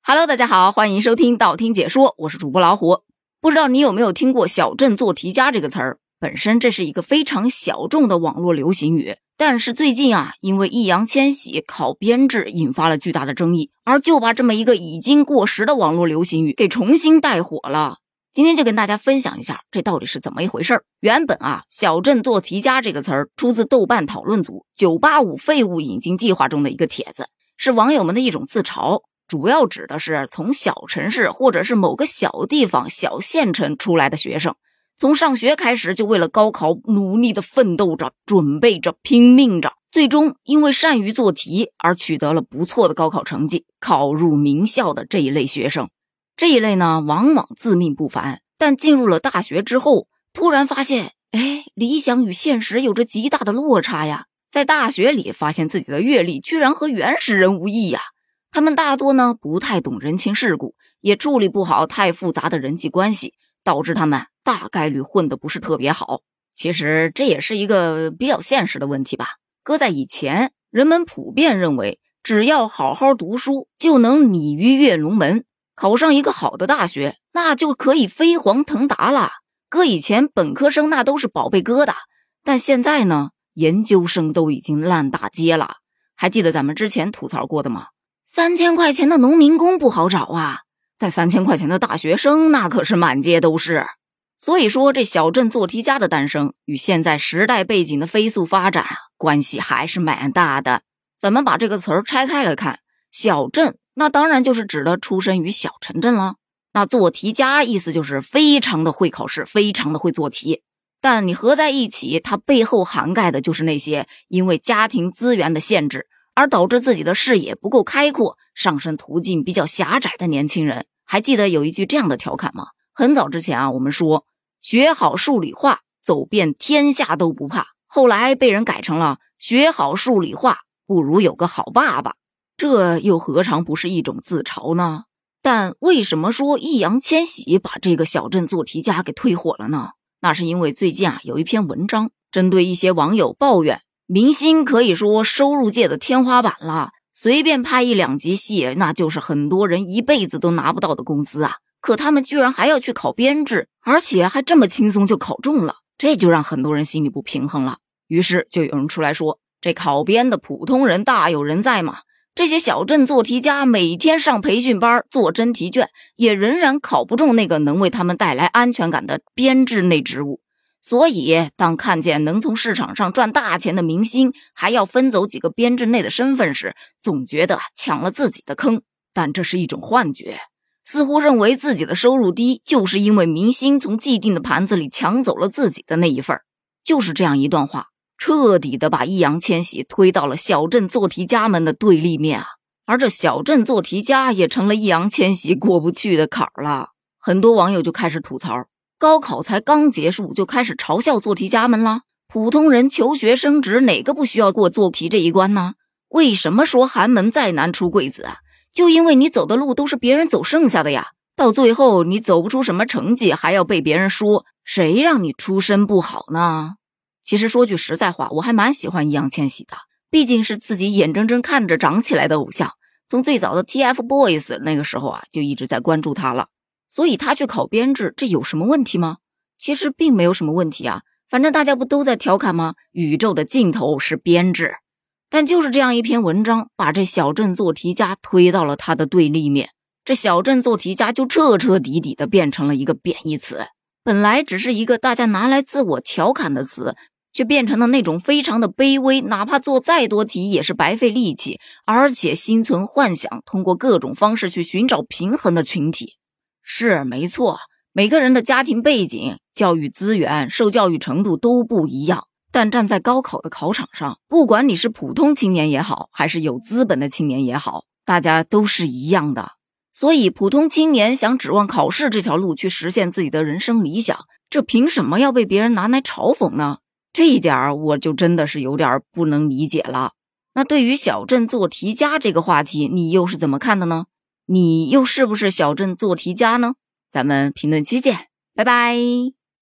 Hello， 大家好，欢迎收听道听解说，我是主播老虎。不知道你有没有听过小镇做题家这个词儿？本身这是一个非常小众的网络流行语，但是最近因为易烊千玺考编制引发了巨大的争议，而就把这么一个已经过时的网络流行语给重新带火了。今天就跟大家分享一下这到底是怎么一回事。原本小镇做题家这个词儿出自豆瓣讨论组985废物引进计划中的一个帖子，是网友们的一种自嘲，主要指的是从小城市或者是某个小地方小县城出来的学生，从上学开始就为了高考努力的奋斗着，准备着，拼命着，最终因为善于做题而取得了不错的高考成绩，考入名校的这一类学生。这一类呢，往往自命不凡，但进入了大学之后，突然发现理想与现实有着极大的落差呀。在大学里发现自己的阅历居然和原始人无异呀。他们大多呢不太懂人情世故，也处理不好太复杂的人际关系，导致他们大概率混得不是特别好。其实这也是一个比较现实的问题吧。搁在以前，人们普遍认为只要好好读书就能鲤鱼跃龙门，考上一个好的大学那就可以飞黄腾达了。搁以前本科生那都是宝贝疙瘩，但现在呢，研究生都已经烂大街了。还记得咱们之前吐槽过的吗？3000块钱的农民工不好找啊，但3000块钱的大学生那可是满街都是。所以说这小镇做题家的诞生与现在时代背景的飞速发展关系还是蛮大的。咱们把这个词儿拆开来看，小镇那当然就是指的出身于小城镇了，那做题家意思就是非常的会考试，非常的会做题。但你合在一起，它背后涵盖的就是那些因为家庭资源的限制而导致自己的视野不够开阔，上升途径比较狭窄的年轻人。还记得有一句这样的调侃吗？很早之前我们说学好数理化，走遍天下都不怕，后来被人改成了学好数理化，不如有个好爸爸。这又何尝不是一种自嘲呢？但为什么说易烊千玺把这个小镇做题家给推火了呢？那是因为最近有一篇文章针对一些网友抱怨明星可以说收入界的天花板了，随便拍1-2集戏那就是很多人一辈子都拿不到的工资啊，可他们居然还要去考编制，而且还这么轻松就考中了，这就让很多人心里不平衡了。于是就有人出来说，这考编的普通人大有人在嘛，这些小镇做题家每天上培训班做真题卷，也仍然考不中那个能为他们带来安全感的编制内职务。所以当看见能从市场上赚大钱的明星还要分走几个编制内的身份时，总觉得抢了自己的坑。但这是一种幻觉，似乎认为自己的收入低就是因为明星从既定的盘子里抢走了自己的那一份。就是这样一段话彻底的把易烊千玺推到了小镇做题家们的对立面啊，而这小镇做题家也成了易烊千玺过不去的坎儿了。很多网友就开始吐槽，高考才刚结束就开始嘲笑做题家们了，普通人求学升职哪个不需要过做题这一关呢？为什么说寒门再难出贵子啊？就因为你走的路都是别人走剩下的呀，到最后你走不出什么成绩，还要被别人说谁让你出身不好呢？其实说句实在话，我还蛮喜欢易烊千玺的，毕竟是自己眼睁睁看着长起来的偶像，从最早的 TFBOYS 那个时候就一直在关注他了。所以他去考编制，这有什么问题吗？其实并没有什么问题啊，反正大家不都在调侃吗？宇宙的尽头是编制。但就是这样一篇文章，把这小镇做题家推到了他的对立面，这小镇做题家就彻彻底底的变成了一个贬义词。本来只是一个大家拿来自我调侃的词，却变成了那种非常的卑微，哪怕做再多题也是白费力气，而且心存幻想，通过各种方式去寻找平衡的群体。是没错，每个人的家庭背景、教育资源、受教育程度都不一样，但站在高考的考场上，不管你是普通青年也好，还是有资本的青年也好，大家都是一样的。所以普通青年想指望考试这条路去实现自己的人生理想，这凭什么要被别人拿来嘲讽呢？这一点我就真的是有点不能理解了。那对于小镇做题家这个话题，你又是怎么看的呢？你又是不是小镇做题家呢？咱们评论区见，拜拜。